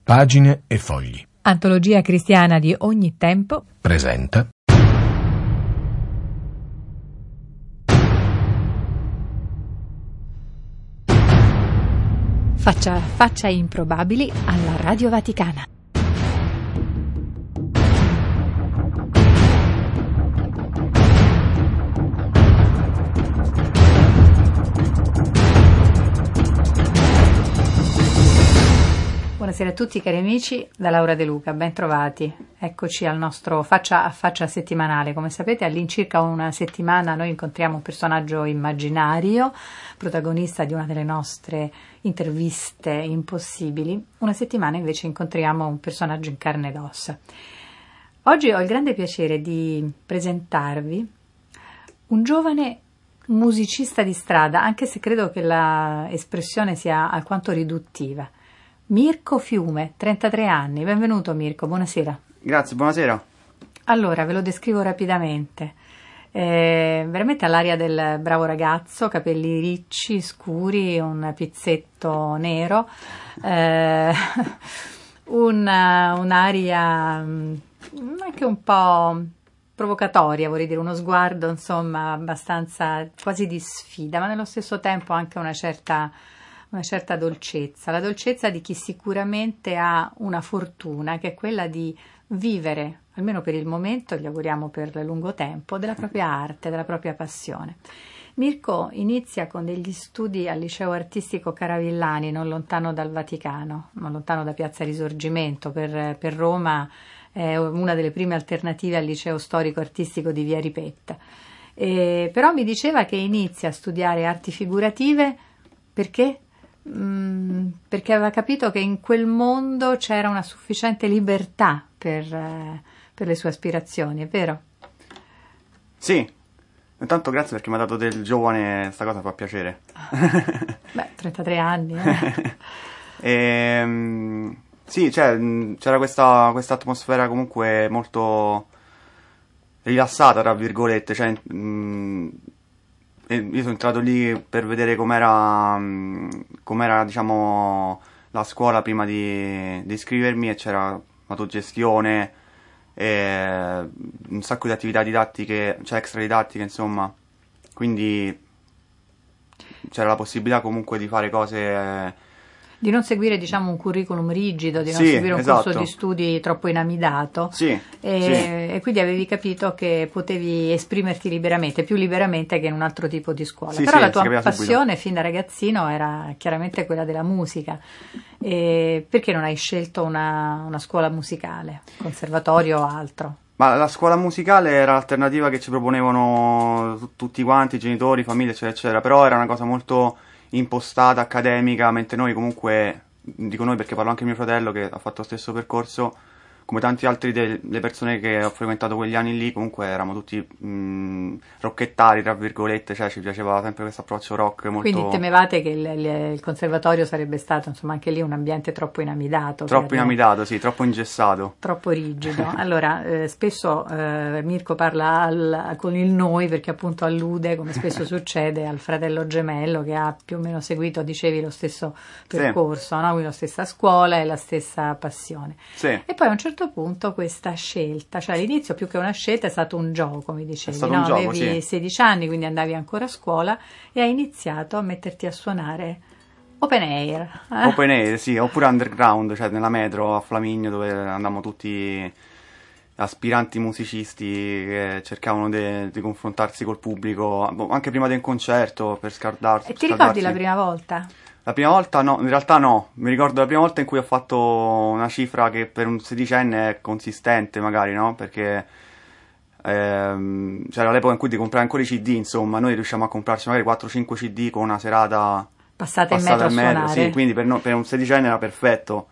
Pagine e fogli. Antologia cristiana di ogni tempo. Presenta. Faccia a faccia improbabili alla Radio Vaticana. Buonasera a tutti cari amici, da Laura De Luca, ben trovati. Eccoci al nostro faccia a faccia settimanale. Come sapete, all'incirca una settimana noi incontriamo un personaggio immaginario, protagonista di una delle nostre interviste impossibili. Una settimana invece incontriamo un personaggio in carne ed ossa. Oggi ho il grande piacere di presentarvi un giovane musicista di strada, anche se credo che l'espressione sia alquanto riduttiva. Mirko Fiume, 33 anni. Benvenuto Mirko, buonasera. Grazie, buonasera. Allora, ve lo descrivo rapidamente. Veramente all'aria del bravo ragazzo, capelli ricci, scuri, un pizzetto nero, un'aria anche un po' provocatoria, vorrei dire, uno sguardo insomma abbastanza quasi di sfida, ma nello stesso tempo anche una certa dolcezza, la dolcezza di chi sicuramente ha una fortuna, che è quella di vivere, almeno per il momento, gli auguriamo per lungo tempo, della propria arte, della propria passione. Mirko inizia con degli studi al liceo artistico Caravillani, non lontano dal Vaticano, non lontano da Piazza Risorgimento. Per Roma è una delle prime alternative al liceo storico artistico di Via Ripetta. Però mi diceva che inizia a studiare arti figurative perché aveva capito che in quel mondo c'era una sufficiente libertà per le sue aspirazioni, è vero? Sì, intanto grazie perché mi ha dato del giovane, sta cosa fa piacere. Beh, 33 anni. Sì, c'era questa atmosfera comunque molto rilassata, tra virgolette, io sono entrato lì per vedere com'era diciamo la scuola prima di iscrivermi, e c'era autogestione, un sacco di attività didattiche, extra didattiche, insomma, quindi c'era la possibilità comunque di fare cose, di non seguire, diciamo, un curriculum rigido, di non sì, seguire un esatto. corso di studi troppo inamidato. Sì, e quindi avevi capito che potevi esprimerti liberamente, più liberamente che in un altro tipo di scuola. Sì, però sì, la tua subito. passione fin da ragazzino era chiaramente quella della musica. Perché non hai scelto una scuola musicale, conservatorio o altro? Ma la scuola musicale era l'alternativa che ci proponevano tutti quanti, genitori, famiglie, eccetera, eccetera, però era una cosa molto impostata, accademica, mentre noi comunque, dico noi perché parlo anche di mio fratello che ha fatto lo stesso percorso, come tanti altri delle persone che ho frequentato quegli anni lì, comunque eravamo tutti rockettari, tra virgolette, ci piaceva sempre questo approccio rock molto... Quindi temevate che il conservatorio sarebbe stato, insomma, anche lì un ambiente troppo inamidato. Troppo inamidato, sì, troppo ingessato. Troppo rigido. Allora, spesso Mirko parla con il noi perché appunto allude, come spesso succede, al fratello gemello che ha più o meno seguito, dicevi, lo stesso percorso, no? Quindi la stessa scuola e la stessa passione. Sì. E poi a un certo punto questa scelta, cioè all'inizio più che una scelta è stato un gioco, mi dicevi, è stato no? un gioco, Avevi 16 anni, quindi andavi ancora a scuola e hai iniziato a metterti a suonare open air. Open air, sì, oppure underground, cioè nella metro a Flaminio, dove andavamo tutti aspiranti musicisti che cercavano di confrontarsi col pubblico, anche prima del concerto, per scaldarsi. E ti ricordi la prima volta? La prima volta no, in realtà no, mi ricordo la prima volta in cui ho fatto una cifra che per un sedicenne è consistente magari, no? Perché c'era l'epoca in cui ti compravi ancora i CD, insomma, noi riusciamo a comprarci magari 4-5 CD con una serata passata in metro a suonare. Sì, quindi per un sedicenne era perfetto.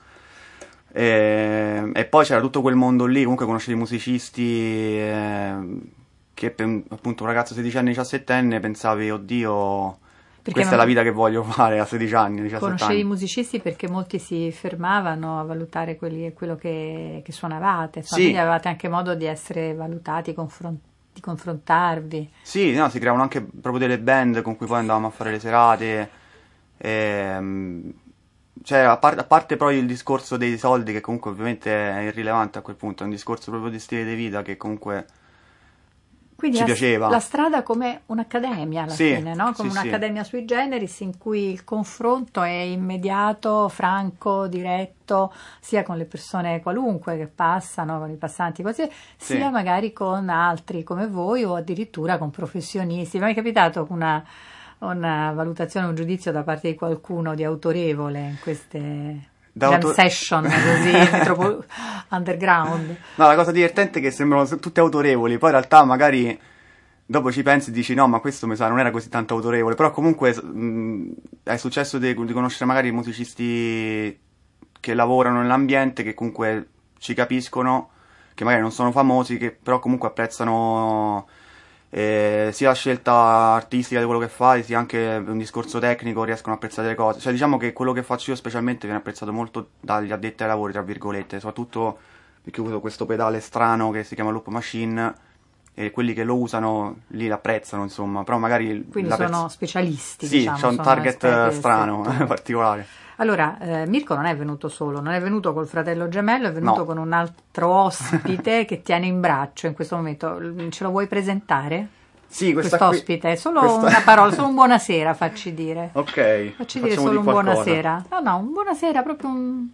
E poi c'era tutto quel mondo lì, comunque conoscevi i musicisti, che per appunto un ragazzo sedicenne, 17enne pensavi, oddio... Perché questa è la vita che voglio fare a 16 anni, 17 conoscevi anni. I musicisti perché molti si fermavano a valutare quello che suonavate, sì. Quindi avevate anche modo di essere valutati, di confrontarvi. Sì, no, si creavano anche proprio delle band con cui poi andavamo a fare le serate, cioè, a parte poi il discorso dei soldi, che comunque ovviamente è irrilevante a quel punto, è un discorso proprio di stile di vita che comunque Quindi ci piaceva. la strada come un'accademia alla Sì, fine, no? Come sì, un'accademia sui generis in cui il confronto è immediato, franco, diretto, sia con le persone qualunque che passano, con i passanti così, Sì. sia magari con altri come voi o addirittura con professionisti. Mi è capitato una valutazione, un giudizio da parte di qualcuno di autorevole in queste jam session così underground. No, la cosa divertente è che sembrano tutte autorevoli, poi in realtà magari dopo ci pensi e dici no, ma questo mi sa non era così tanto autorevole, però comunque è successo di conoscere magari musicisti che lavorano nell'ambiente, che comunque ci capiscono, che magari non sono famosi, che però comunque apprezzano sia la scelta artistica di quello che fai, sia anche un discorso tecnico, riescono a apprezzare le cose. Cioè diciamo che quello che faccio io specialmente viene apprezzato molto dagli addetti ai lavori, tra virgolette, soprattutto perché uso questo pedale strano che si chiama Loop Machine e quelli che lo usano lì l'apprezzano, insomma, però magari quindi sono specialisti, sì, diciamo, c'è un target strano, particolare. Allora, Mirko non è venuto solo, non è venuto col fratello gemello, è venuto con un altro ospite che tiene in braccio in questo momento. Ce lo vuoi presentare? Sì, quest'ospite, solo una parola, solo un buonasera, facci dire. Ok. Facci dire solo un buonasera. No, un buonasera, proprio un...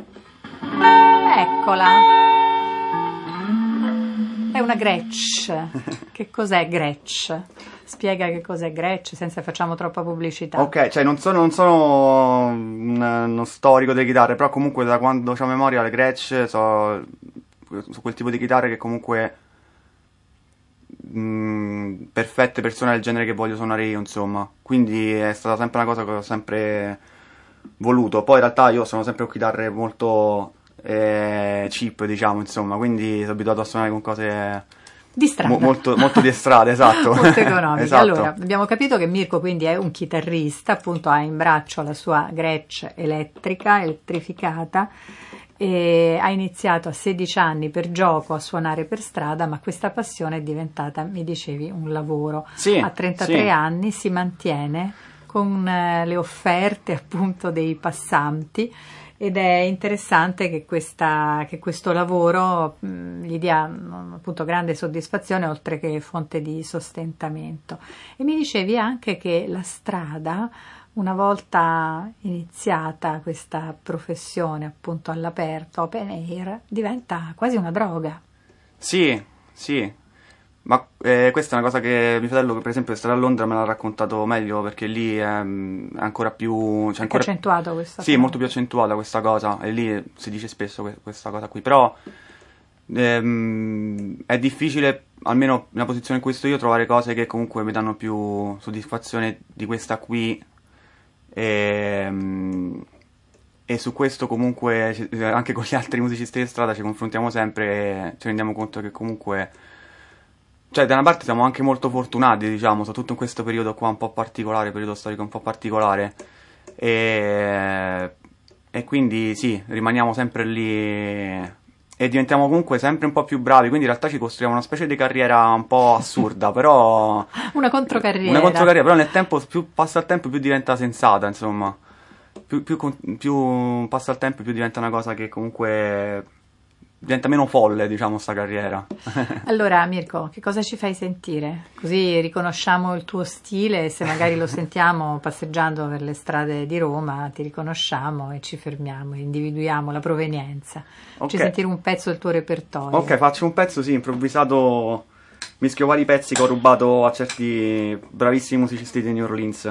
Eccola. È una Gretsch. Che cos'è Gretsch? Spiega che cos'è Gretsch senza facciamo troppa pubblicità. Ok, cioè non sono uno storico delle chitarre, però comunque da quando ho memoria le Gretsch sono quel tipo di chitarre che comunque perfette persone del genere che voglio suonare io, insomma. Quindi è stata sempre una cosa che ho sempre voluto. Poi in realtà io sono sempre con chitarre molto cheap, diciamo, insomma, quindi sono abituato a suonare con cose di strada. Molto di strada, esatto. Molto economiche. Esatto. Allora, abbiamo capito che Mirko quindi è un chitarrista, appunto ha in braccio la sua Gretsch elettrificata, e ha iniziato a 16 anni per gioco a suonare per strada, ma questa passione è diventata, mi dicevi, un lavoro. Sì, a 33 anni si mantiene con le offerte appunto dei passanti. Ed è interessante che questo lavoro gli dia appunto grande soddisfazione oltre che fonte di sostentamento. E mi dicevi anche che la strada, una volta iniziata questa professione appunto all'aperto, open air, diventa quasi una droga. Sì, ma questa è una cosa che mio fratello, per esempio, è stato a Londra, me l'ha raccontato meglio, perché lì è ancora più... Cioè ancora accentuato questa cosa. Sì, molto più accentuata questa cosa, e lì si dice spesso questa cosa qui, però è difficile, almeno nella posizione in cui sto io, trovare cose che comunque mi danno più soddisfazione di questa qui, e su questo comunque anche con gli altri musicisti di strada ci confrontiamo sempre e ci rendiamo conto che comunque... Cioè, da una parte siamo anche molto fortunati, diciamo, soprattutto in questo periodo qua un po' particolare, periodo storico un po' particolare, e quindi sì, rimaniamo sempre lì e diventiamo comunque sempre un po' più bravi, quindi in realtà ci costruiamo una specie di carriera un po' assurda, però... Una controcarriera. Una controcarriera, però nel tempo, più passa il tempo più diventa sensata, insomma. Più passa il tempo più diventa una cosa che comunque... diventa meno folle, diciamo, sta carriera. Allora, Mirko, che cosa ci fai sentire? Così riconosciamo il tuo stile e se magari lo sentiamo passeggiando per le strade di Roma, ti riconosciamo e ci fermiamo, individuiamo la provenienza. Okay. Ci sentire un pezzo del tuo repertorio. Ok, faccio un pezzo, sì, improvvisato, mischio vari pezzi che ho rubato a certi bravissimi musicisti di New Orleans.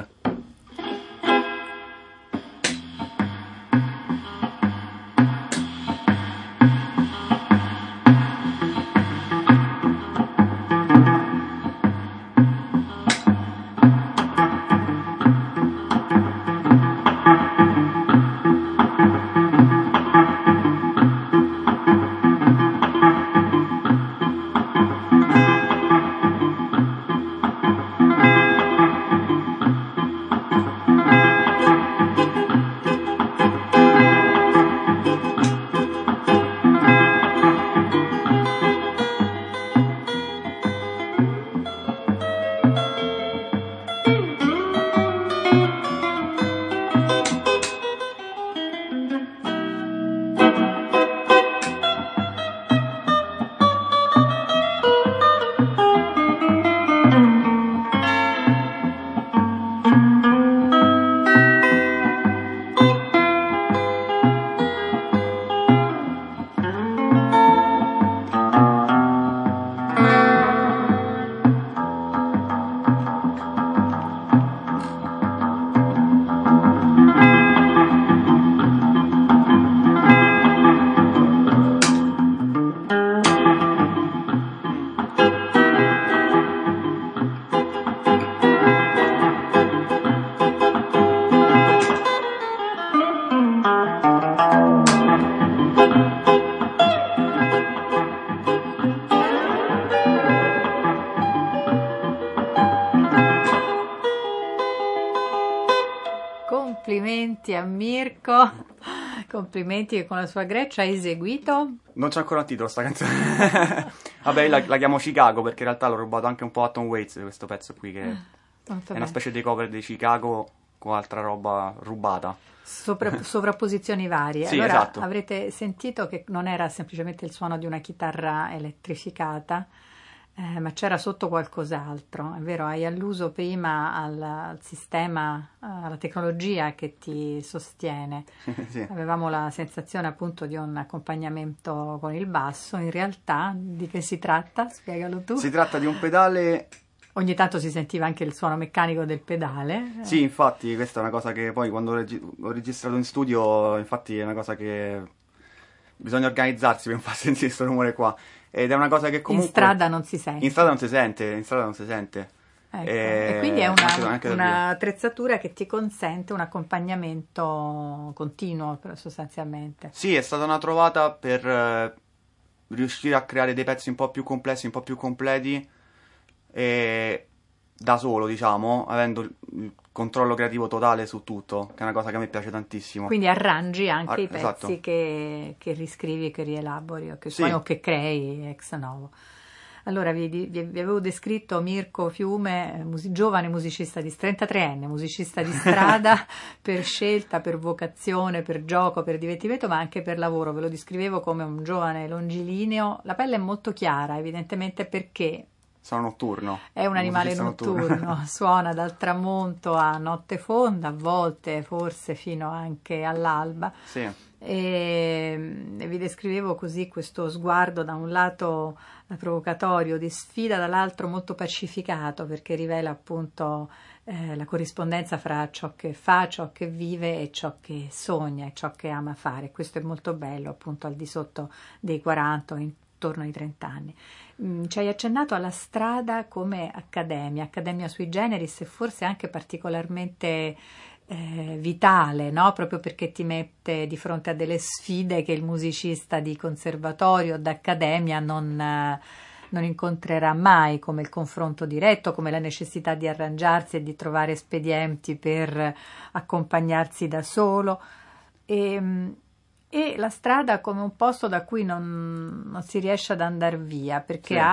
a Mirko, complimenti che con la sua Grecia ha eseguito. Non c'è ancora un titolo sta canzone. Vabbè, io la chiamo Chicago perché in realtà l'ho rubato anche un po' a Tom Waits questo pezzo qui, che è una specie di cover di Chicago con altra roba rubata. Sovrapposizioni varie. Sì, allora esatto. avrete sentito che non era semplicemente il suono di una chitarra elettrificata, ma c'era sotto qualcos'altro. È vero, hai alluso prima al sistema, alla tecnologia che ti sostiene. Sì. Avevamo la sensazione appunto di un accompagnamento con il basso. In realtà di che si tratta? Spiegalo tu. Si tratta di un pedale. Ogni tanto si sentiva anche il suono meccanico del pedale. Sì, infatti, questa è una cosa che poi quando ho registrato in studio, infatti è una cosa che bisogna organizzarsi per non far sentire questo rumore qua. Ed è una cosa che comunque... In strada non si sente. In strada non si sente. Ecco. E quindi è anche un'attrezzatura che ti consente un accompagnamento continuo, sostanzialmente. Sì, è stata una trovata per riuscire a creare dei pezzi un po' più complessi, un po' più completi, e da solo, diciamo, avendo il controllo creativo totale su tutto, che è una cosa che a me piace tantissimo. Quindi arrangi anche i pezzi esatto. che riscrivi, che rielabori o che, Sì. o che crei ex novo. Allora vi avevo descritto Mirko Fiume, giovane musicista di 33enne, musicista di strada per scelta, per vocazione, per gioco, per divertimento, ma anche per lavoro. Ve lo descrivevo come un giovane longilineo. La pelle è molto chiara, evidentemente perché sono notturno. è un animale notturno, suona dal tramonto a notte fonda, a volte forse fino anche all'alba. Sì. E vi descrivevo così questo sguardo da un lato provocatorio, di sfida, dall'altro molto pacificato, perché rivela appunto la corrispondenza fra ciò che fa, ciò che vive e ciò che sogna e ciò che ama fare. Questo è molto bello appunto al di sotto dei 40 o intorno ai 30 anni. Ci hai accennato alla strada come accademia sui generis e forse anche particolarmente vitale, no? Proprio perché ti mette di fronte a delle sfide che il musicista di conservatorio o d'accademia non incontrerà mai, come il confronto diretto, come la necessità di arrangiarsi e di trovare espedienti per accompagnarsi da solo, e la strada come un posto da cui non si riesce ad andare via, perché sì.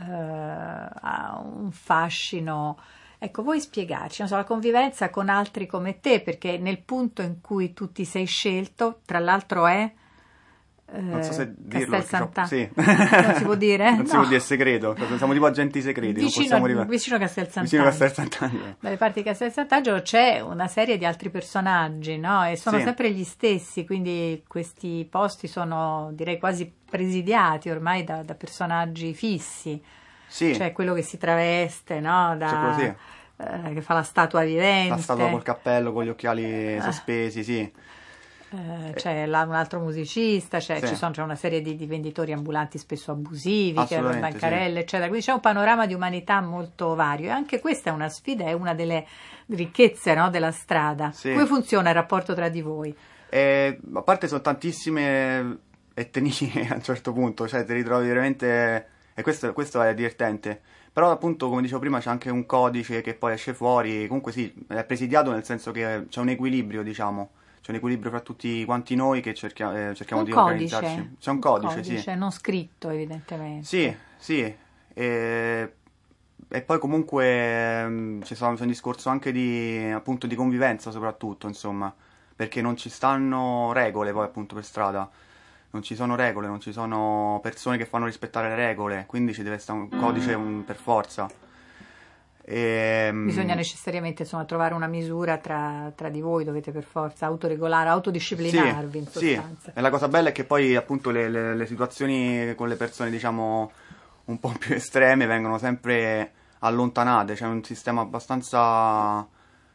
ha un fascino. Ecco, vuoi spiegarci, non so, la convivenza con altri come te, perché nel punto in cui tu ti sei scelto, tra l'altro è non so se dirlo, Castel Sant'Angelo. sì. Non si può dire? Non si può dire, è segreto, siamo tipo agenti segreti, Vicino non a Castel Sant'Angelo. Vicino a Castel Sant'Angelo. Dalle parti di Castel Sant'Angelo c'è una serie di altri personaggi, no? E sono sì. sempre gli stessi, quindi questi posti sono, direi, quasi presidiati ormai da personaggi fissi. Sì. C'è quello che si traveste, no? Che fa la statua vivente. La statua col cappello, con gli occhiali sospesi, sì. C'è un altro musicista, sì. c'è una serie di venditori ambulanti spesso abusivi, che hanno bancarelle, sì. eccetera. Quindi c'è un panorama di umanità molto vario, e anche questa è una sfida, è una delle ricchezze, no, della strada. Sì. Come funziona il rapporto tra di voi? A parte sono tantissime etnie a un certo punto, cioè ti ritrovi veramente, e questo è divertente. Però appunto, come dicevo prima, c'è anche un codice che poi esce fuori. Comunque sì, è presidiato nel senso che c'è un equilibrio, diciamo. C'è un equilibrio fra tutti quanti noi che cerchiamo di organizzarci. C'è un codice, sì. Non scritto, evidentemente. Sì. E poi comunque c'è un discorso anche appunto di convivenza soprattutto, insomma. Perché non ci stanno regole poi appunto per strada. Non ci sono regole, non ci sono persone che fanno rispettare le regole, quindi ci deve stare un codice per forza. Bisogna necessariamente, insomma, trovare una misura tra di voi, dovete per forza autoregolare, autodisciplinarvi, in sostanza. Sì, e la cosa bella è che poi appunto le situazioni con le persone, diciamo, un po' più estreme vengono sempre allontanate, c'è un sistema abbastanza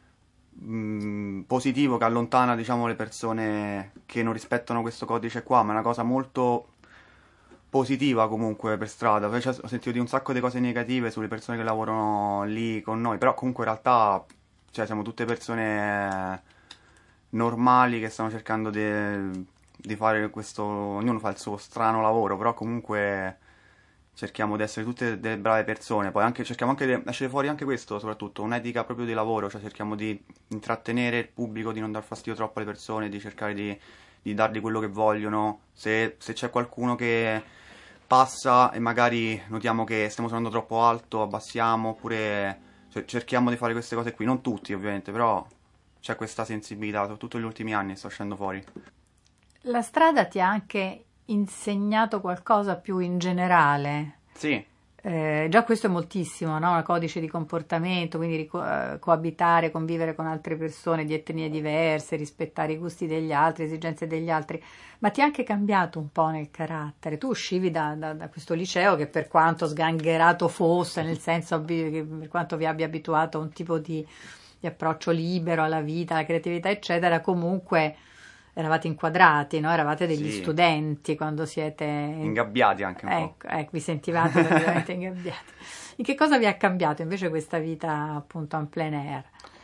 positivo che allontana, diciamo, le persone che non rispettano questo codice qua, ma è una cosa molto positiva comunque per strada. Poi ho sentito di un sacco di cose negative sulle persone che lavorano lì con noi, però comunque in realtà, cioè, siamo tutte persone normali che stanno cercando di fare questo, ognuno fa il suo strano lavoro, però comunque cerchiamo di essere tutte delle brave persone, poi anche, cerchiamo anche di lasciare fuori anche questo, soprattutto un'etica proprio di lavoro, cioè cerchiamo di intrattenere il pubblico, di non dar fastidio troppo alle persone, di cercare di dargli quello che vogliono. Se c'è qualcuno che passa e magari notiamo che stiamo suonando troppo alto, abbassiamo, oppure cerchiamo di fare queste cose qui, non tutti ovviamente, però c'è questa sensibilità, soprattutto negli ultimi anni sta uscendo fuori. La strada ti ha anche insegnato qualcosa più in generale? Sì. Già questo è moltissimo, no? Un codice di comportamento, quindi coabitare, convivere con altre persone di etnie diverse, rispettare i gusti degli altri, le esigenze degli altri, ma ti ha anche cambiato un po' nel carattere. Tu uscivi da questo liceo che, per quanto sgangherato fosse, nel senso che per quanto vi abbia abituato a un tipo di approccio libero alla vita, alla creatività eccetera, comunque eravate inquadrati, no? Eravate degli studenti quando siete ingabbiati anche un po'. Ecco, vi sentivate veramente ingabbiati. In che cosa vi ha cambiato invece questa vita appunto en plein air?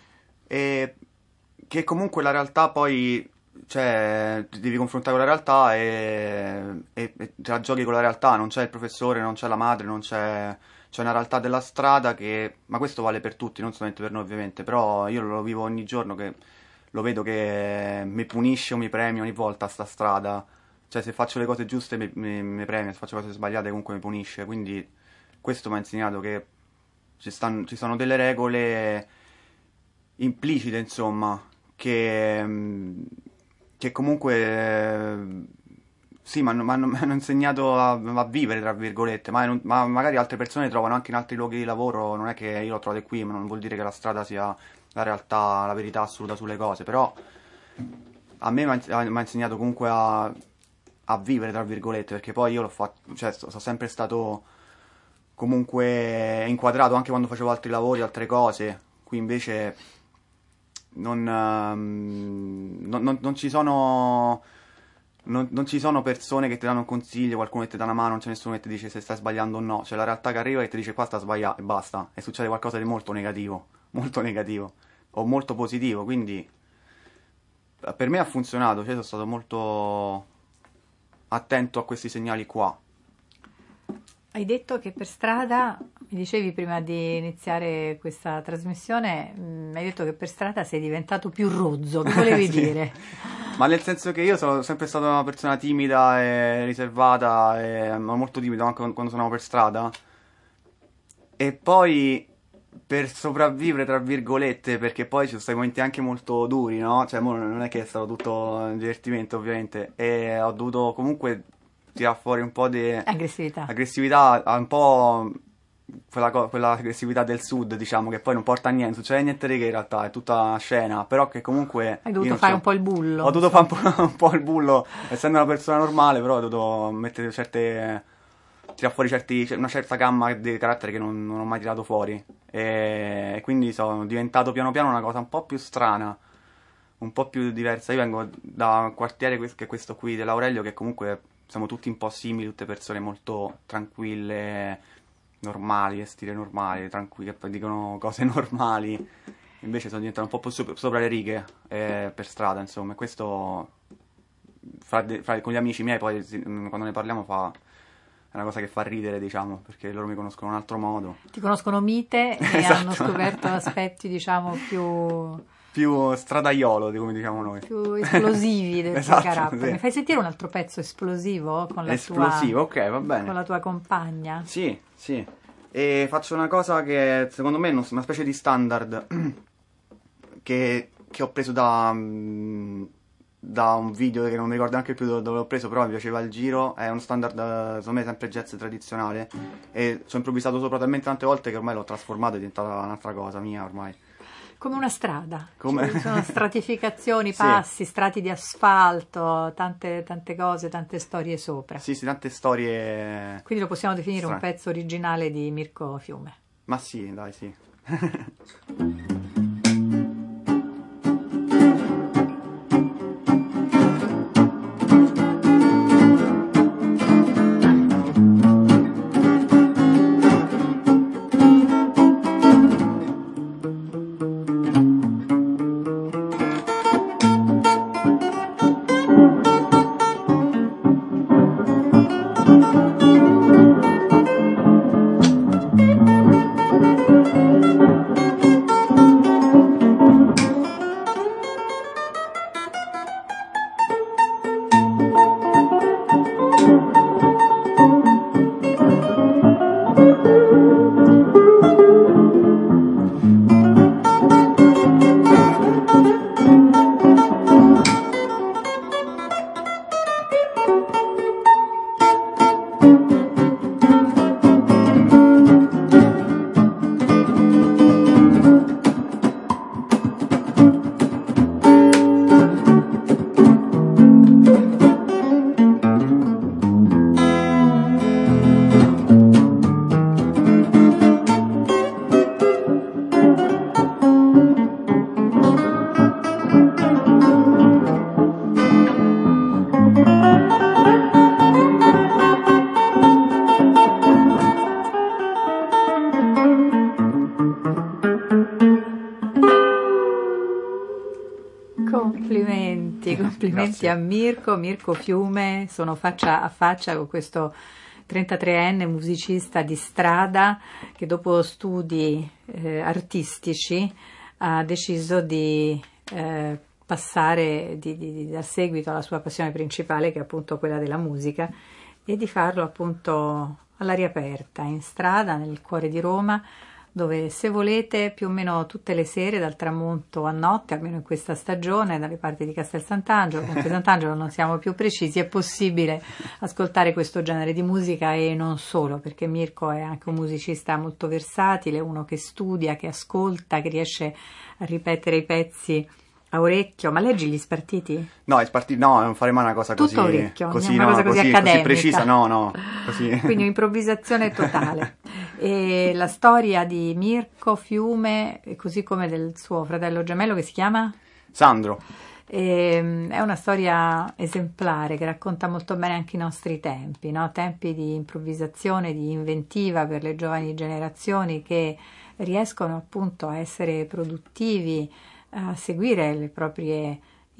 Che comunque la realtà poi, cioè, ti devi confrontare con la realtà e te la giochi con la realtà, non c'è il professore, non c'è la madre, c'è una realtà della strada che, ma questo vale per tutti, non solamente per noi ovviamente, però io lo vivo ogni giorno, che lo vedo che mi punisce o mi premia ogni volta sta strada, cioè se faccio le cose giuste mi premia, se faccio le cose sbagliate comunque mi punisce, quindi questo mi ha insegnato che ci sono delle regole implicite, insomma, che comunque sì, mi hanno insegnato a vivere, tra virgolette, ma magari altre persone trovano anche in altri luoghi di lavoro, non è che io l'ho trovato qui, ma non vuol dire che la strada sia la realtà, la verità assoluta sulle cose, però a me mi ha insegnato comunque a vivere, tra virgolette, perché poi io l'ho fatto, cioè sono sempre stato comunque inquadrato anche quando facevo altri lavori, altre cose. Qui invece non ci sono persone che ti danno un consiglio, qualcuno che ti dà una mano, non c'è nessuno che ti dice se stai sbagliando o no, c'è la realtà che arriva e ti dice qua sta sbagliando e basta, e succede qualcosa di molto negativo o molto positivo, quindi per me ha funzionato, cioè sono stato molto attento a questi segnali qua. Hai detto che per strada, mi dicevi prima di iniziare questa trasmissione, hai detto che per strada sei diventato più rozzo, che volevi Sì. dire? Ma nel senso che io sono sempre stata una persona timida e riservata, e molto timido anche quando suonavo per strada, e poi per sopravvivere, tra virgolette, perché poi ci sono stati momenti anche molto duri, no? Cioè non è che è stato tutto un divertimento ovviamente, e ho dovuto comunque tirare fuori un po' di aggressività, un po' quella aggressività del sud, diciamo, che poi non porta a niente, non succede niente di che in realtà, è tutta una scena, però che comunque hai dovuto fare un po' il bullo. Ho dovuto fare un po' il bullo, essendo una persona normale, però ho dovuto mettere tirare fuori una certa gamma di carattere che non ho mai tirato fuori, e quindi sono diventato piano piano una cosa un po' più strana, un po' più diversa. Io vengo da un quartiere che è questo qui dell'Aurelio, che comunque siamo tutti un po' simili, tutte persone molto tranquille, normali, vestire normali, tranquilli, che poi dicono cose normali. Invece sono diventato un po' sopra le righe per strada, insomma, e questo con gli amici miei poi quando ne parliamo è una cosa che fa ridere, diciamo, perché loro mi conoscono in un altro modo. Ti conoscono mite e Esatto. hanno scoperto aspetti, diciamo, più stradaiolo, come diciamo noi. Più esplosivi del Esatto, tuo carattere. sì. Mi fai sentire un altro pezzo esplosivo con la Ok, va bene. con la tua compagna? Sì. E faccio una cosa che secondo me è una specie di standard che ho preso da un video che non mi ricordo neanche più dove l'ho preso, però mi piaceva il giro. È uno standard, secondo me, sempre jazz tradizionale, e ci ho improvvisato sopra talmente tante volte che ormai l'ho trasformato, è diventata un'altra cosa mia ormai. Come una strada, Come... ci sono stratificazioni, Sì. passi, strati di asfalto, tante cose, tante storie sopra. Sì, tante storie. Quindi lo possiamo definire strane. un pezzo originale di Mirko Fiume. Ma sì, dai, sì. Complimenti Grazie. a Mirko Fiume, sono faccia a faccia con questo 33enne musicista di strada che dopo studi artistici ha deciso di passare, di dar seguito alla sua passione principale, che è appunto quella della musica, e di farlo appunto all'aria aperta, in strada, nel cuore di Roma, dove, se volete, più o meno tutte le sere, dal tramonto a notte, almeno in questa stagione, dalle parti di Castel Sant'Angelo, con Sant'Angelo non siamo più precisi, è possibile ascoltare questo genere di musica, e non solo, perché Mirko è anche un musicista molto versatile, uno che studia, che ascolta, che riesce a ripetere i pezzi a orecchio. Ma leggi gli spartiti? No, no, non fare mai una cosa Tutto così. a orecchio, Così, una no, cosa così accademica. Così precisa, no, così. Quindi un'improvvisazione totale. E la storia di Mirko Fiume, così come del suo fratello gemello, che si chiama? Sandro. È una storia esemplare che racconta molto bene anche i nostri tempi, no? Tempi di improvvisazione, di inventiva per le giovani generazioni, che riescono appunto a essere produttivi, a seguire le proprie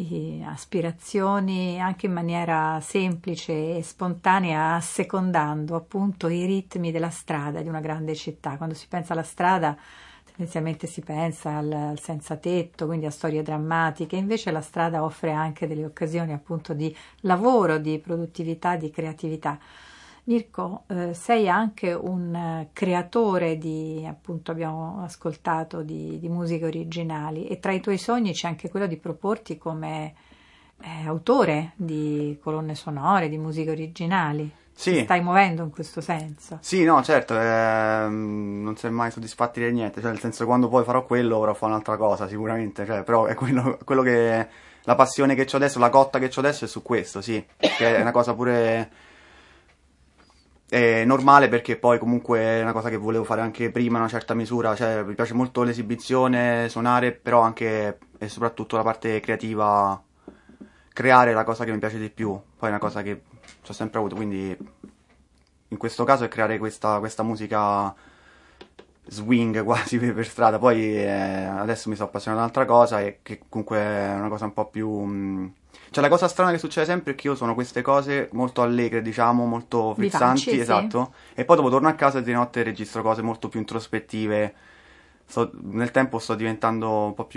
aspirazioni anche in maniera semplice e spontanea, assecondando appunto i ritmi della strada di una grande città. Quando si pensa alla strada, tendenzialmente si pensa al senza tetto, quindi a storie drammatiche. Invece la strada offre anche delle occasioni appunto di lavoro, di produttività, di creatività. Mirko, sei anche un creatore di, appunto abbiamo ascoltato, di musiche originali, e tra i tuoi sogni c'è anche quello di proporti come autore di colonne sonore, di musiche originali. Sì. Ti stai muovendo in questo senso? Sì, no, certo, non si è mai soddisfatti di niente, cioè nel senso, quando poi farò quello vorrò fare un'altra cosa sicuramente, cioè, però è quello che, la passione che ho adesso, la cotta che ho adesso è su questo, sì, che è una cosa pure normale, perché poi comunque è una cosa che volevo fare anche prima in una certa misura, cioè mi piace molto l'esibizione, suonare, però anche e soprattutto la parte creativa, creare la cosa che mi piace di più, poi è una cosa che ho sempre avuto, quindi in questo caso è creare questa musica swing quasi per strada. Poi adesso mi sto appassionando ad un'altra cosa, e che comunque è una cosa un po' più cioè, la cosa strana che succede sempre è che io sono queste cose molto allegre, diciamo, molto frizzanti, Vivaci, esatto, sì. E poi dopo torno a casa e di notte registro cose molto più introspettive. Nel tempo sto diventando un po'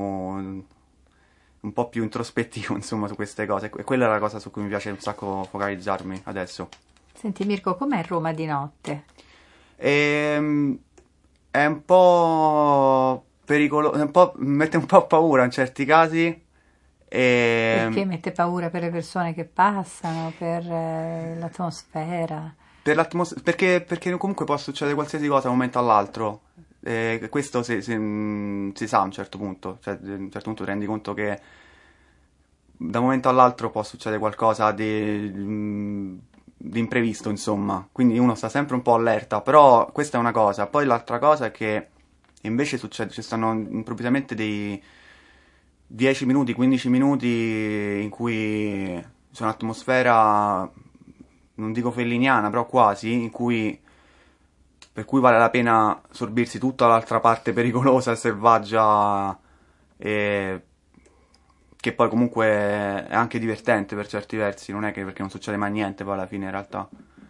più introspettivo, insomma, su queste cose, e quella è la cosa su cui mi piace un sacco focalizzarmi adesso. Senti Mirko, com'è Roma di notte? È un po' pericoloso, mette un po' paura in certi casi. Perché mette paura? Per le persone che passano, per l'atmosfera? Perché comunque può succedere qualsiasi cosa da un momento all'altro. Questo si sa a un certo punto, cioè a un certo punto ti rendi conto che da un momento all'altro può succedere qualcosa di imprevisto, insomma, quindi uno sta sempre un po' allerta, però questa è una cosa. Poi l'altra cosa è che invece ci stanno improvvisamente dei 10 minuti, 15 minuti in cui c'è un'atmosfera, non dico felliniana, però quasi, per cui vale la pena sorbirsi tutta l'altra parte pericolosa e selvaggia, che poi comunque è anche divertente per certi versi, non è che perché non succede mai niente poi alla fine in realtà.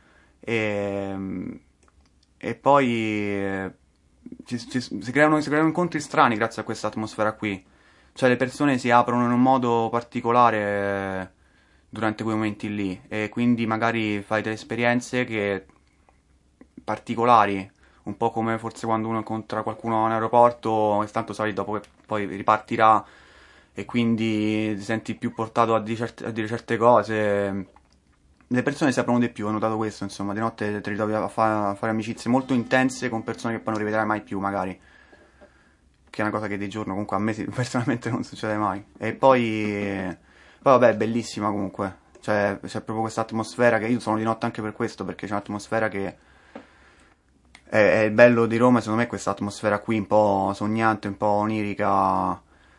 E poi si creano incontri strani grazie a questa atmosfera qui, cioè le persone si aprono in un modo particolare durante quei momenti lì, e quindi magari fai delle esperienze particolari, un po' come forse quando uno incontra qualcuno in aeroporto e tanto sai dopo che poi ripartirà, e quindi ti senti più portato a dire certe cose. Le persone si aprono di più, ho notato questo, insomma, di notte ti ritrovi a fare amicizie molto intense con persone che poi non rivedrai mai più, magari, che è una cosa che di giorno comunque a me personalmente non succede mai. E poi vabbè, è bellissima comunque, cioè c'è proprio questa atmosfera, che io sono di notte anche per questo, perché c'è un'atmosfera che è il bello di Roma, secondo me, questa atmosfera qui un po' sognante, un po' onirica,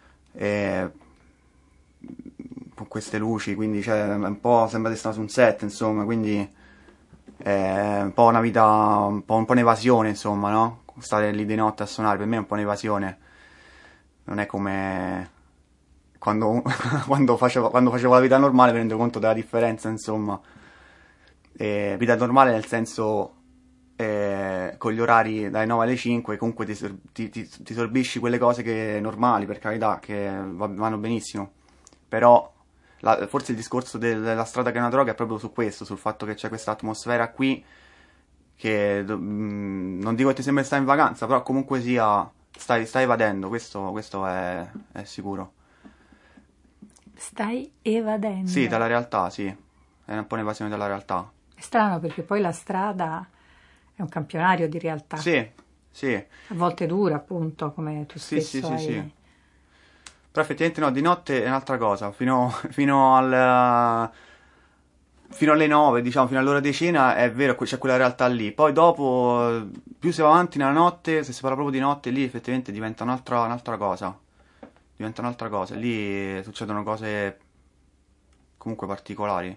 con queste luci, quindi cioè, un po' sembra di stare su un set, insomma, quindi è un po' una vita, un po' un'evasione, insomma, no? Stare lì di notte a suonare, per me è un po' un'evasione, non è come quando facevo la vita normale mi rendo conto della differenza, insomma. Vita normale nel senso, con gli orari dalle 9 alle 5 comunque ti sorbisci quelle cose che normali, per carità, che vanno benissimo, però forse il discorso della strada che è una droga è proprio su questo, sul fatto che c'è questa atmosfera qui che non dico che ti sembra stare in vacanza, però comunque sia stai evadendo, questo è sicuro. Stai evadendo. Sì, dalla realtà, sì, è un po' un'evasione dalla realtà. È strano perché poi la strada è un campionario di realtà. Sì, sì. A volte dura, appunto, come tu stesso Sì, hai... sì. Però effettivamente no, di notte è un'altra cosa, fino alle 9, diciamo, fino all'ora di cena è vero, c'è quella realtà lì. Poi dopo, più si va avanti nella notte, se si parla proprio di notte, lì effettivamente diventa un'altra cosa. Diventa un'altra cosa, lì succedono cose comunque particolari.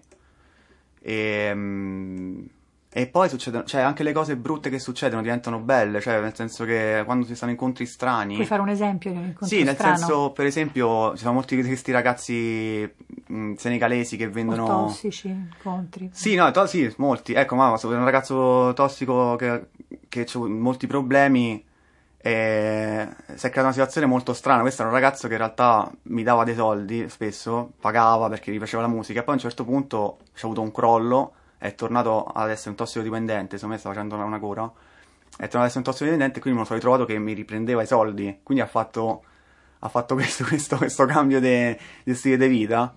E poi succedono, cioè anche le cose brutte che succedono diventano belle, cioè nel senso che quando si stanno incontri strani... Puoi fare un esempio di un incontro Sì, nel strano? senso, per esempio, ci sono molti di questi ragazzi senegalesi che vendono... O tossici incontri? Sì, no, sì, molti. Ecco, mamma, sono un ragazzo tossico che ha molti problemi e si è creata una situazione molto strana. Questo era un ragazzo che in realtà mi dava dei soldi, spesso, pagava perché gli piaceva la musica, e poi a un certo punto c'è avuto un crollo, è tornato ad essere un tossicodipendente, secondo me stava facendo una cura, è tornato ad essere un tossicodipendente e quindi me lo sono ritrovato che mi riprendeva i soldi, quindi ha fatto questo cambio di stile di vita.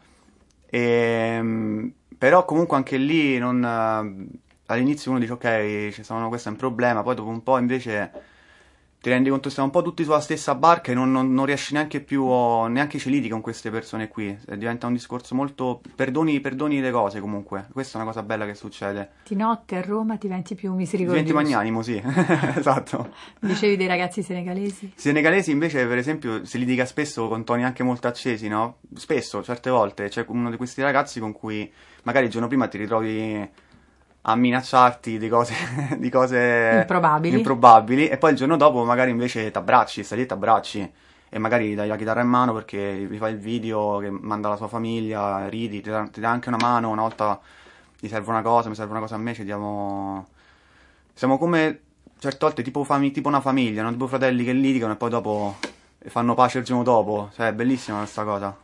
Però comunque anche lì all'inizio uno dice ok, questo è un problema, poi dopo un po' invece ti rendi conto che stiamo un po' tutti sulla stessa barca e non riesci neanche più neanche ci liti con queste persone qui, diventa un discorso molto perdoni le cose. Comunque questa è una cosa bella che succede. Di notte a Roma diventi più misericordioso. Diventi magnanimo, sì. Esatto. Dicevi dei ragazzi senegalesi? Senegalesi invece, per esempio, si litiga spesso con toni anche molto accesi, no? Spesso, certe volte, c'è uno di questi ragazzi con cui magari il giorno prima ti ritrovi a minacciarti di cose improbabili e poi il giorno dopo magari invece t'abbracci, stai lì e t'abbracci e magari gli dai la chitarra in mano perché gli fai il video che manda alla sua famiglia, ridi, ti dà anche una mano, una volta gli serve una cosa, mi serve una cosa a me, siamo come certe volte tipo una famiglia, no? Tipo fratelli che litigano e poi dopo fanno pace il giorno dopo, cioè è bellissima questa cosa.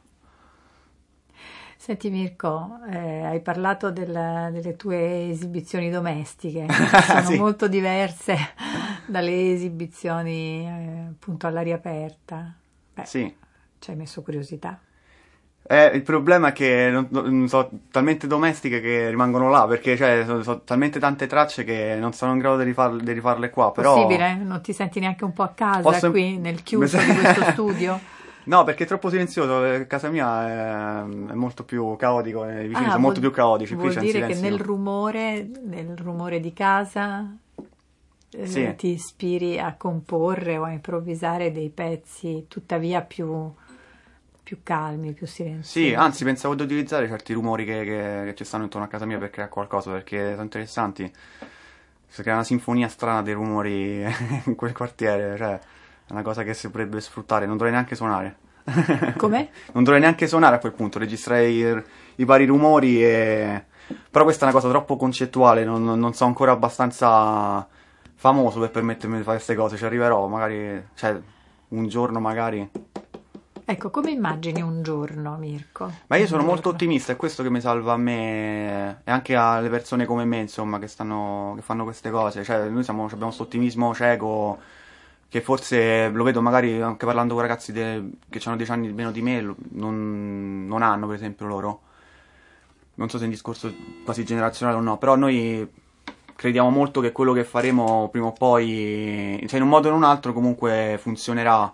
Senti Mirko, hai parlato delle tue esibizioni domestiche, che sono Sì. molto diverse dalle esibizioni appunto all'aria aperta. Beh, Sì. ci hai messo curiosità. Il problema è che non so talmente domestiche che rimangono là, perché cioè, so talmente tante tracce che non sono in grado di rifarle qua, però... Possibile? Non ti senti neanche un po' a casa qui nel chiuso di questo studio? No, perché è troppo silenzioso, casa mia è molto più caotico, i vicini sono molto più caotici, qui vuol c'è un dire che silenzio. nel rumore di casa Sì. ti ispiri a comporre o a improvvisare dei pezzi tuttavia più calmi, più silenziosi. Sì, anzi pensavo di utilizzare certi rumori che ci stanno intorno a casa mia per creare qualcosa, perché sono interessanti. Si crea una sinfonia strana dei rumori in quel quartiere, cioè è una cosa che si potrebbe sfruttare, non dovrei neanche suonare. Come? Non dovrei neanche suonare a quel punto, registrare i vari rumori e... Però questa è una cosa troppo concettuale, non sono ancora abbastanza famoso per permettermi di fare queste cose, ci arriverò magari, cioè un giorno magari... Ecco, come immagini un giorno, Mirko? Ma io sono molto ottimista, è questo che mi salva a me e anche alle persone come me, insomma, che fanno queste cose. Cioè, noi abbiamo questo ottimismo cieco che forse lo vedo magari anche parlando con ragazzi che hanno 10 anni meno di me, non hanno, per esempio, loro. Non so se è un discorso quasi generazionale o no, però noi crediamo molto che quello che faremo prima o poi, cioè in un modo o in un altro, comunque funzionerà.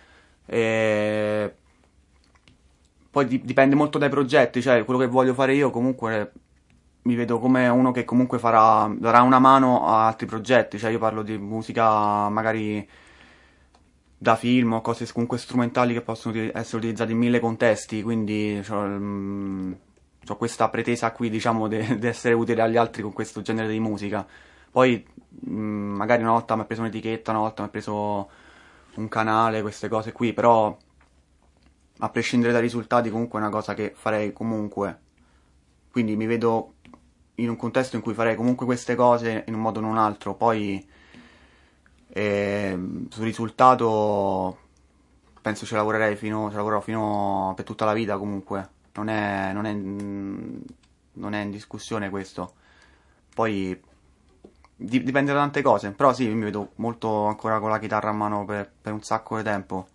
E poi dipende molto dai progetti, cioè quello che voglio fare io comunque mi vedo come uno che comunque darà una mano a altri progetti, cioè io parlo di musica magari da film o cose comunque strumentali che possono essere utilizzate in 1000 contesti, quindi ho questa pretesa qui, diciamo, di essere utile agli altri con questo genere di musica. Poi magari una volta mi ha preso un'etichetta, una volta mi ha preso un canale, queste cose qui, però a prescindere dai risultati comunque è una cosa che farei comunque, quindi mi vedo in un contesto in cui farei comunque queste cose in un modo o in un altro. Poi sul risultato penso ci lavorerò fino per tutta la vita comunque, non è in discussione questo. Poi dipende da tante cose, però sì, mi vedo molto ancora con la chitarra a mano per un sacco di tempo.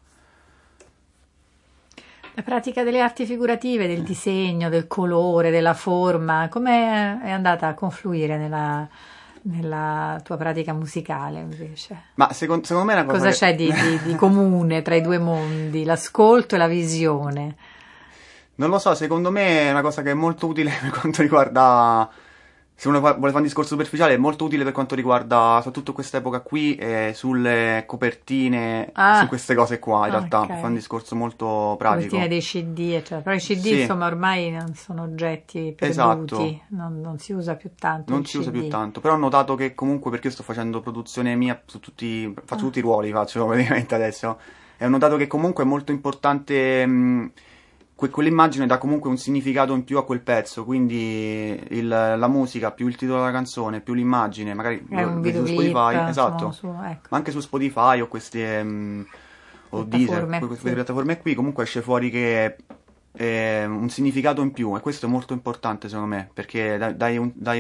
La pratica delle arti figurative, del disegno, del colore, della forma, come è andata a confluire nella tua pratica musicale invece? Ma secondo me è una cosa c'è di comune tra i due mondi, l'ascolto e la visione? Non lo so, secondo me è una cosa che è molto utile per quanto riguarda, se uno vuole fare un discorso superficiale, è molto utile per quanto riguarda soprattutto questa epoca qui, sulle copertine, su queste cose qua, in realtà, ok. fa un discorso molto pratico. Copertine dei CD, eccetera. Però i CD, Sì. insomma, ormai non sono oggetti perduti, Esatto. non si usa più tanto Non il si usa CD. più tanto, però ho notato che comunque, perché io sto facendo produzione mia faccio tutti i ruoli, faccio praticamente adesso, e ho notato che comunque è molto importante, quell'immagine dà comunque un significato in più a quel pezzo, quindi la musica, più il titolo della canzone, più l'immagine, magari È un lo vedi su videoclip, Spotify, esatto, ecco. ma anche su Spotify o queste o Deezer, queste piattaforme qui, comunque esce fuori che è un significato in più, e questo è molto importante secondo me, perché dai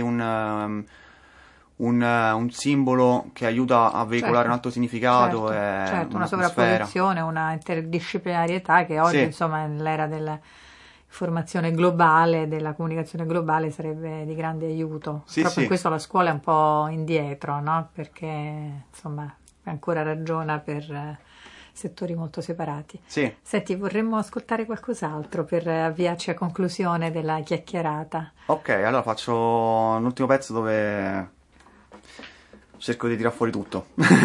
un simbolo che aiuta a veicolare un altro significato, certo, una un'atmosfera. sovrapposizione, una interdisciplinarietà che oggi, Sì. insomma, nell'era dell'informazione globale, della comunicazione globale, sarebbe di grande aiuto. Sì, Proprio sì. in questo la scuola è un po' indietro, no? Perché, insomma, ancora ragiona per settori molto separati. Sì. Senti, vorremmo ascoltare qualcos'altro per avviarci a conclusione della chiacchierata. Ok, allora faccio l'ultimo pezzo dove cerco di tirar fuori tutto.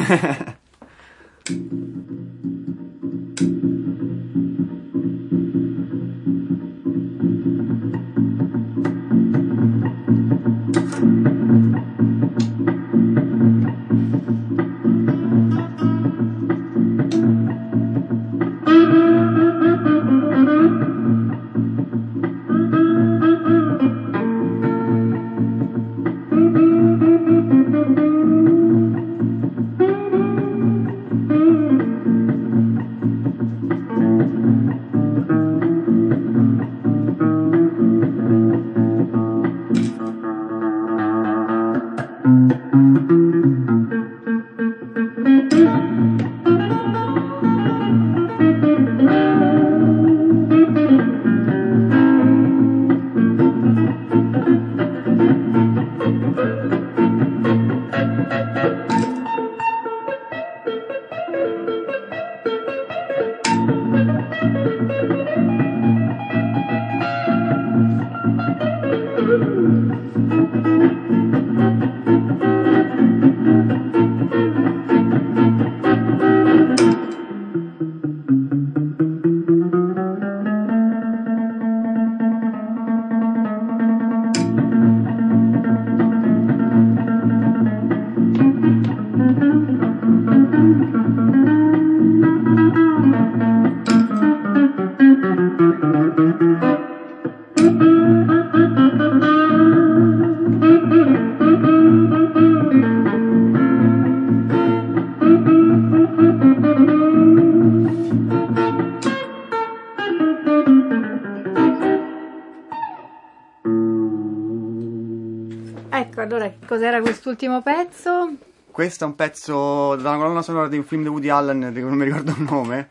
Ecco, allora, cos'era quest'ultimo pezzo? Questo è un pezzo dalla colonna sonora di un film di Woody Allen, di cui non mi ricordo il nome,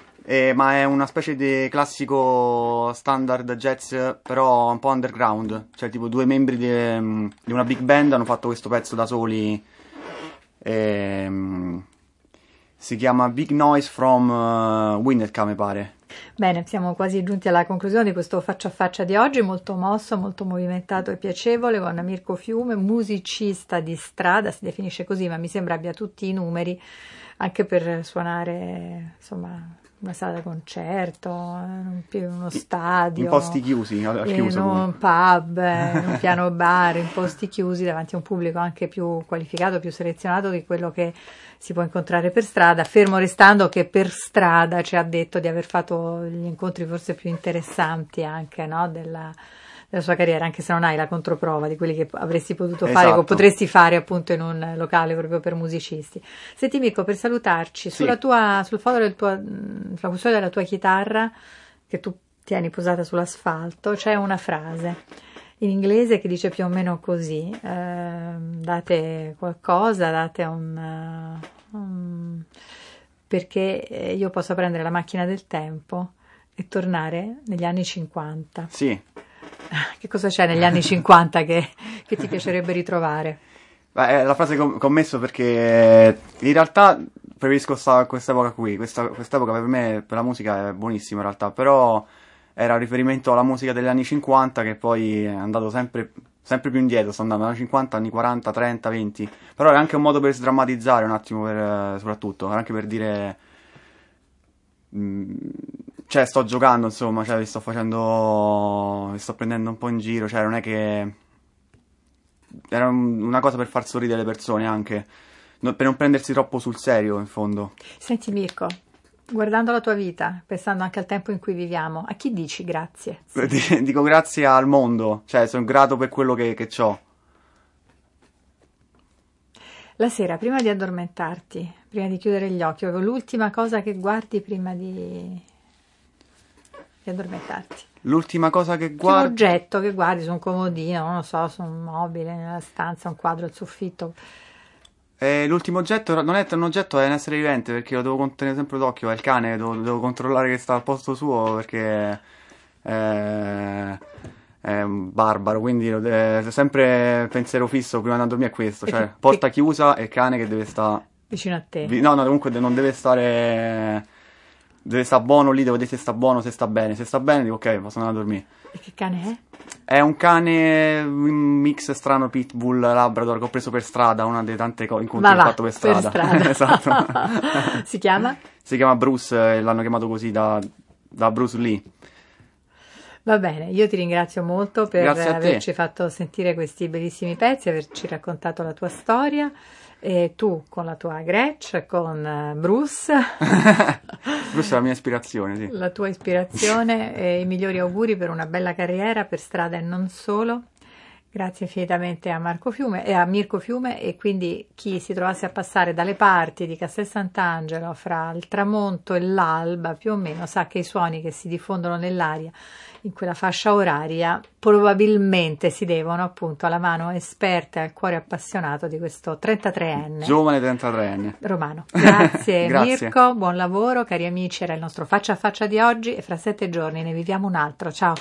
ma è una specie di classico standard jazz, però un po' underground, cioè tipo due membri di una big band hanno fatto questo pezzo da soli, si chiama Big Noise from Winnetka, mi pare. Bene, siamo quasi giunti alla conclusione di questo faccia a faccia di oggi, molto mosso, molto movimentato e piacevole, con Mirko Fiume, musicista di strada, si definisce così, ma mi sembra abbia tutti i numeri, anche per suonare, insomma, una sala da concerto, uno stadio, in posti chiusi, al chiuso, in un pub, in un piano bar, in posti chiusi davanti a un pubblico anche più qualificato, più selezionato di quello che si può incontrare per strada, fermo restando che per strada ci ha detto di aver fatto gli incontri forse più interessanti anche, no, della sua carriera, anche se non hai la controprova di quelli che avresti potuto fare o Esatto. potresti fare appunto in un locale proprio per musicisti. Senti Mirko, per salutarci, Sì. sul fondo sulla custodia della tua chitarra che tu tieni posata sull'asfalto c'è una frase in inglese che dice più o meno così: date qualcosa, date perché io possa prendere la macchina del tempo e tornare negli anni 50. Sì. Che cosa c'è negli anni 50 che ti piacerebbe ritrovare? Beh, è la frase che ho messo perché in realtà preferisco quest'epoca qui. Quest'epoca per me, per la musica, è buonissima in realtà, però era un riferimento alla musica degli anni 50 che poi è andato sempre più indietro, sto andando anni 50, anni 40, 30, 20. Però è anche un modo per sdrammatizzare un attimo, soprattutto, anche per dire... cioè sto giocando, insomma, cioè vi sto prendendo un po' in giro, cioè non è che era una cosa per far sorridere le persone anche, per non prendersi troppo sul serio in fondo. Senti Mirko, guardando la tua vita, pensando anche al tempo in cui viviamo, a chi dici grazie? Dico grazie al mondo, cioè sono grato per quello che ho. La sera, prima di addormentarti, prima di chiudere gli occhi, l'ultima cosa che guardi prima di addormentarti. L'ultima cosa che Un guardo... oggetto che guardi su un comodino, non lo so, su un mobile, nella stanza, un quadro al soffitto. L'ultimo oggetto non è un oggetto, è un essere vivente, perché lo devo contenere sempre d'occhio, è il cane, devo controllare che sta al posto suo, perché è un barbaro, quindi sempre pensiero fisso prima di andare a dormire è questo, cioè porta chiusa e cane che deve stare vicino a te. No, comunque non deve stare... Deve stare buono lì, devo vedere se sta buono, se sta bene, dico ok, posso andare a dormire. E che cane è? È un cane, un mix strano Pitbull Labrador che ho preso per strada, una delle tante incontri che ho fatto per strada. Esatto. Si chiama? Si chiama Bruce, e l'hanno chiamato così da Bruce Lee. Va bene, io ti ringrazio molto per Grazie a te. averci fatto sentire questi bellissimi pezzi, averci raccontato la tua storia. E tu con la tua Gretsch, con Bruce, Bruce è la mia ispirazione, sì. la tua ispirazione e i migliori auguri per una bella carriera per strada e non solo. Grazie infinitamente a Mirko Fiume, e quindi chi si trovasse a passare dalle parti di Castel Sant'Angelo fra il tramonto e l'alba più o meno sa che i suoni che si diffondono nell'aria in quella fascia oraria probabilmente si devono appunto alla mano esperta e al cuore appassionato di questo 33enne Giovane 33enne romano. Grazie, Grazie. Mirko, buon lavoro, cari amici, era il nostro faccia a faccia di oggi e fra 7 giorni ne viviamo un altro. Ciao.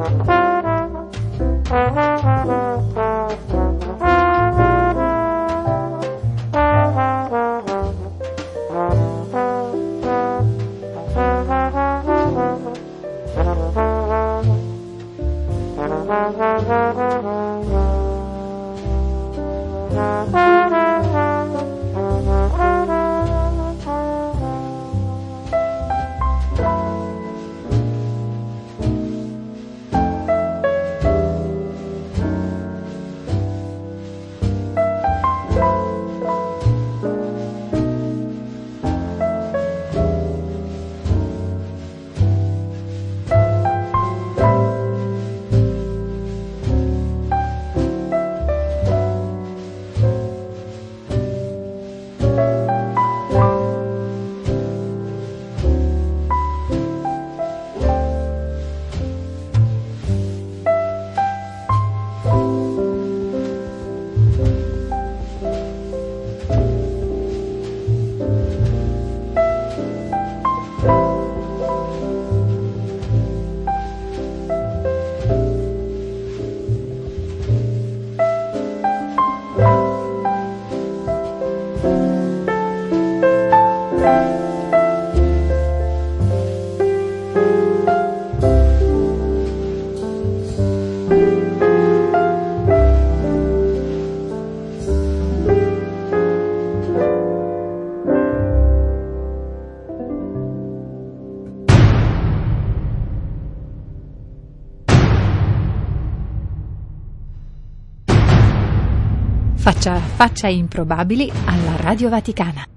Faccia improbabili alla Radio Vaticana.